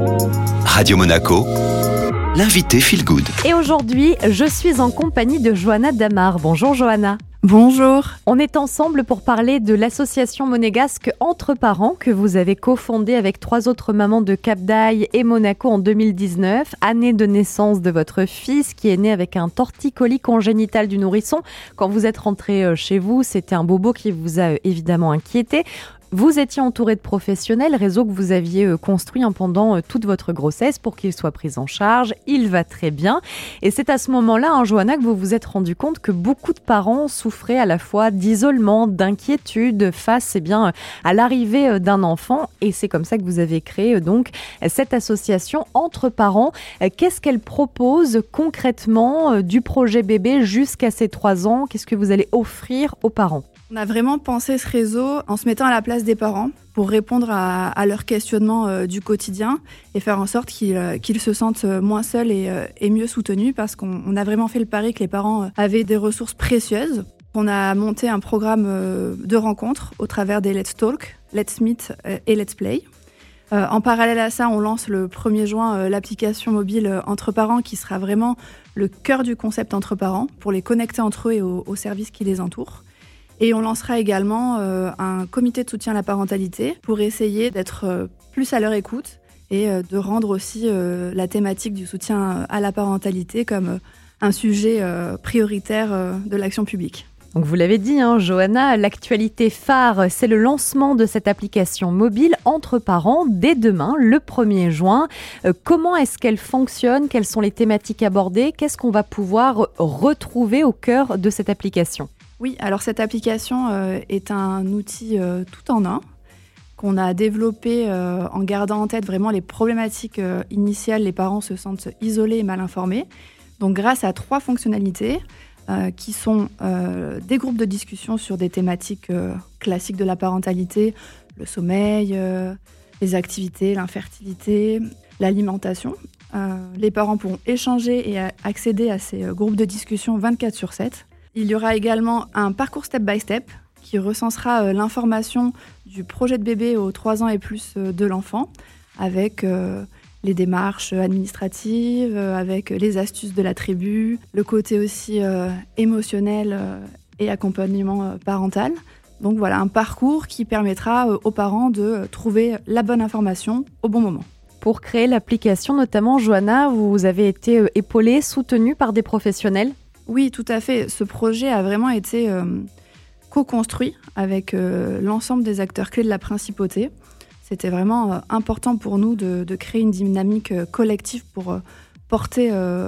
Radio Monaco, l'invité Feel Good. Et aujourd'hui, je suis en compagnie de Johanna Damar. Bonjour Johanna. Bonjour. On est ensemble pour parler de l'association monégasque Entre Parents que vous avez cofondée avec 3 autres mamans de Cap d'Aille et Monaco en 2019, année de naissance de votre fils qui est né avec un torticolis congénital du nourrisson. Quand vous êtes rentré chez vous, c'était un bobo qui vous a évidemment inquiété. Vous étiez entouré de professionnels, réseau que vous aviez construit pendant toute votre grossesse pour qu'il soit pris en charge. Il va très bien. Et c'est à ce moment-là, Johanna, que vous vous êtes rendu compte que beaucoup de parents souffraient à la fois d'isolement, d'inquiétude face à l'arrivée d'un enfant. Et c'est comme ça que vous avez créé donc cette association Entre Parents. Qu'est-ce qu'elle propose concrètement du projet bébé jusqu'à ses 3 ans? Qu'est-ce que vous allez offrir aux parents? On a vraiment pensé ce réseau en se mettant à la place des parents pour répondre à leurs questionnements du quotidien et faire en sorte qu'ils se sentent moins seuls et mieux soutenus, parce qu'on a vraiment fait le pari que les parents avaient des ressources précieuses. On a monté un programme de rencontres au travers des Let's Talk, Let's Meet et Let's Play. En parallèle à ça, on lance le 1er juin l'application mobile Entre Parents, qui sera vraiment le cœur du concept Entre Parents pour les connecter entre eux et aux services qui les entourent. Et on lancera également un comité de soutien à la parentalité pour essayer d'être plus à leur écoute et de rendre aussi la thématique du soutien à la parentalité comme un sujet prioritaire de l'action publique. Donc vous l'avez dit, Johanna, l'actualité phare, c'est le lancement de cette application mobile Entre Parents dès demain, le 1er juin. Comment est-ce qu'elle fonctionne? Quelles sont les thématiques abordées? Qu'est-ce qu'on va pouvoir retrouver au cœur de cette application? Oui, alors cette application est un outil tout en un qu'on a développé en gardant en tête vraiment les problématiques initiales. Les parents se sentent isolés et mal informés. Donc grâce à 3 fonctionnalités qui sont des groupes de discussion sur des thématiques classiques de la parentalité, le sommeil, les activités, l'infertilité, l'alimentation. Les parents pourront échanger et accéder à ces groupes de discussion 24/7. Il y aura également un parcours step by step qui recensera l'information du projet de bébé aux 3 ans et plus de l'enfant, avec les démarches administratives, avec les astuces de la tribu, le côté aussi émotionnel et accompagnement parental. Donc voilà, un parcours qui permettra aux parents de trouver la bonne information au bon moment. Pour créer l'application, notamment, Johanna, vous avez été épaulée, soutenue par des professionnels? Oui, tout à fait. Ce projet a vraiment été co-construit avec l'ensemble des acteurs clés de la principauté. C'était vraiment important pour nous de créer une dynamique collective pour porter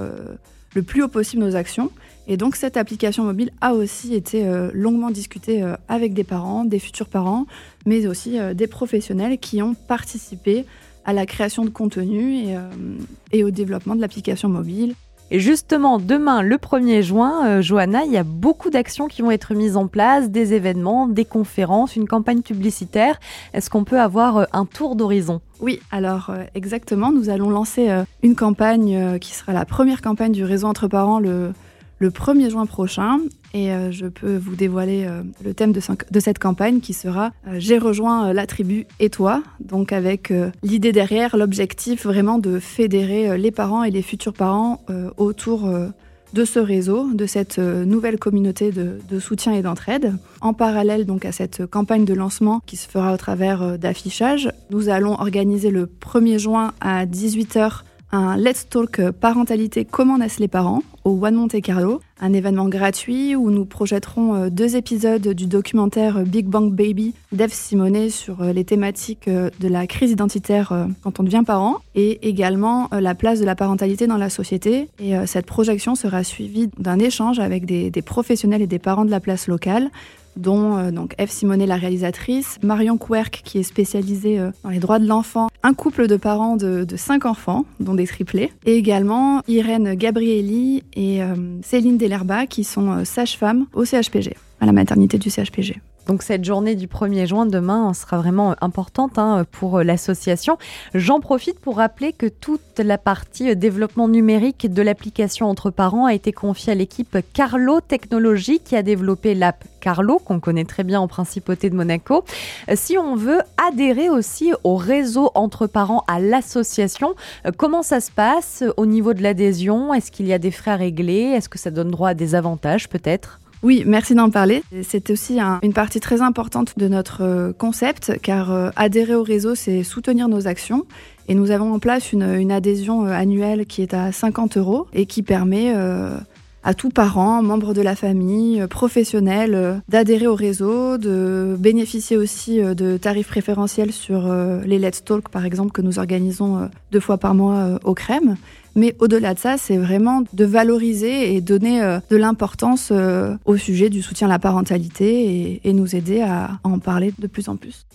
le plus haut possible nos actions. Et donc cette application mobile a aussi été longuement discutée avec des parents, des futurs parents, mais aussi des professionnels qui ont participé à la création de contenu et au développement de l'application mobile. Et justement, demain, le 1er juin, Johanna, il y a beaucoup d'actions qui vont être mises en place, des événements, des conférences, une campagne publicitaire. Est-ce qu'on peut avoir un tour d'horizon? Oui, alors exactement. Nous allons lancer une campagne qui sera la première campagne du réseau Entre Parents le 1er juin prochain. Et je peux vous dévoiler le thème de cette campagne qui sera « J'ai rejoint la tribu et toi ». Donc avec l'idée derrière, l'objectif vraiment de fédérer les parents et les futurs parents autour de ce réseau, de cette nouvelle communauté de soutien et d'entraide. En parallèle donc à cette campagne de lancement qui se fera au travers d'affichages, nous allons organiser le 1er juin à 18h un Let's Talk parentalité, comment naissent les parents au One Monte Carlo, un événement gratuit où nous projetterons 2 épisodes du documentaire Big Bang Baby d'Eve Simonet sur les thématiques de la crise identitaire quand on devient parent et également la place de la parentalité dans la société. Et cette projection sera suivie d'un échange avec des professionnels et des parents de la place locale, dont donc Eve Simonet, la réalisatrice, Marion Querc, qui est spécialisée dans les droits de l'enfant, un couple de parents de 5 enfants, dont des triplés, et également Irène Gabrielli et Céline Delerba, qui sont sages-femmes au CHPG, à la maternité du CHPG. Donc cette journée du 1er juin demain sera vraiment importante pour l'association. J'en profite pour rappeler que toute la partie développement numérique de l'application Entre Parents a été confiée à l'équipe Carlo Technologies qui a développé l'app Carlo, qu'on connaît très bien en Principauté de Monaco. Si on veut adhérer aussi au réseau Entre Parents, à l'association, comment ça se passe au niveau de l'adhésion? Est-ce qu'il y a des frais à régler? Est-ce que ça donne droit à des avantages peut-être? Oui, merci d'en parler. C'est aussi une partie très importante de notre concept, car adhérer au réseau, c'est soutenir nos actions. Et nous avons en place une adhésion annuelle qui est à 50 € et qui permet à tout parent, membre de la famille, professionnel, d'adhérer au réseau, de bénéficier aussi de tarifs préférentiels sur les Let's Talk, par exemple, que nous organisons 2 fois par mois au Crème. Mais au-delà de ça, c'est vraiment de valoriser et donner de l'importance au sujet du soutien à la parentalité et nous aider à en parler de plus en plus.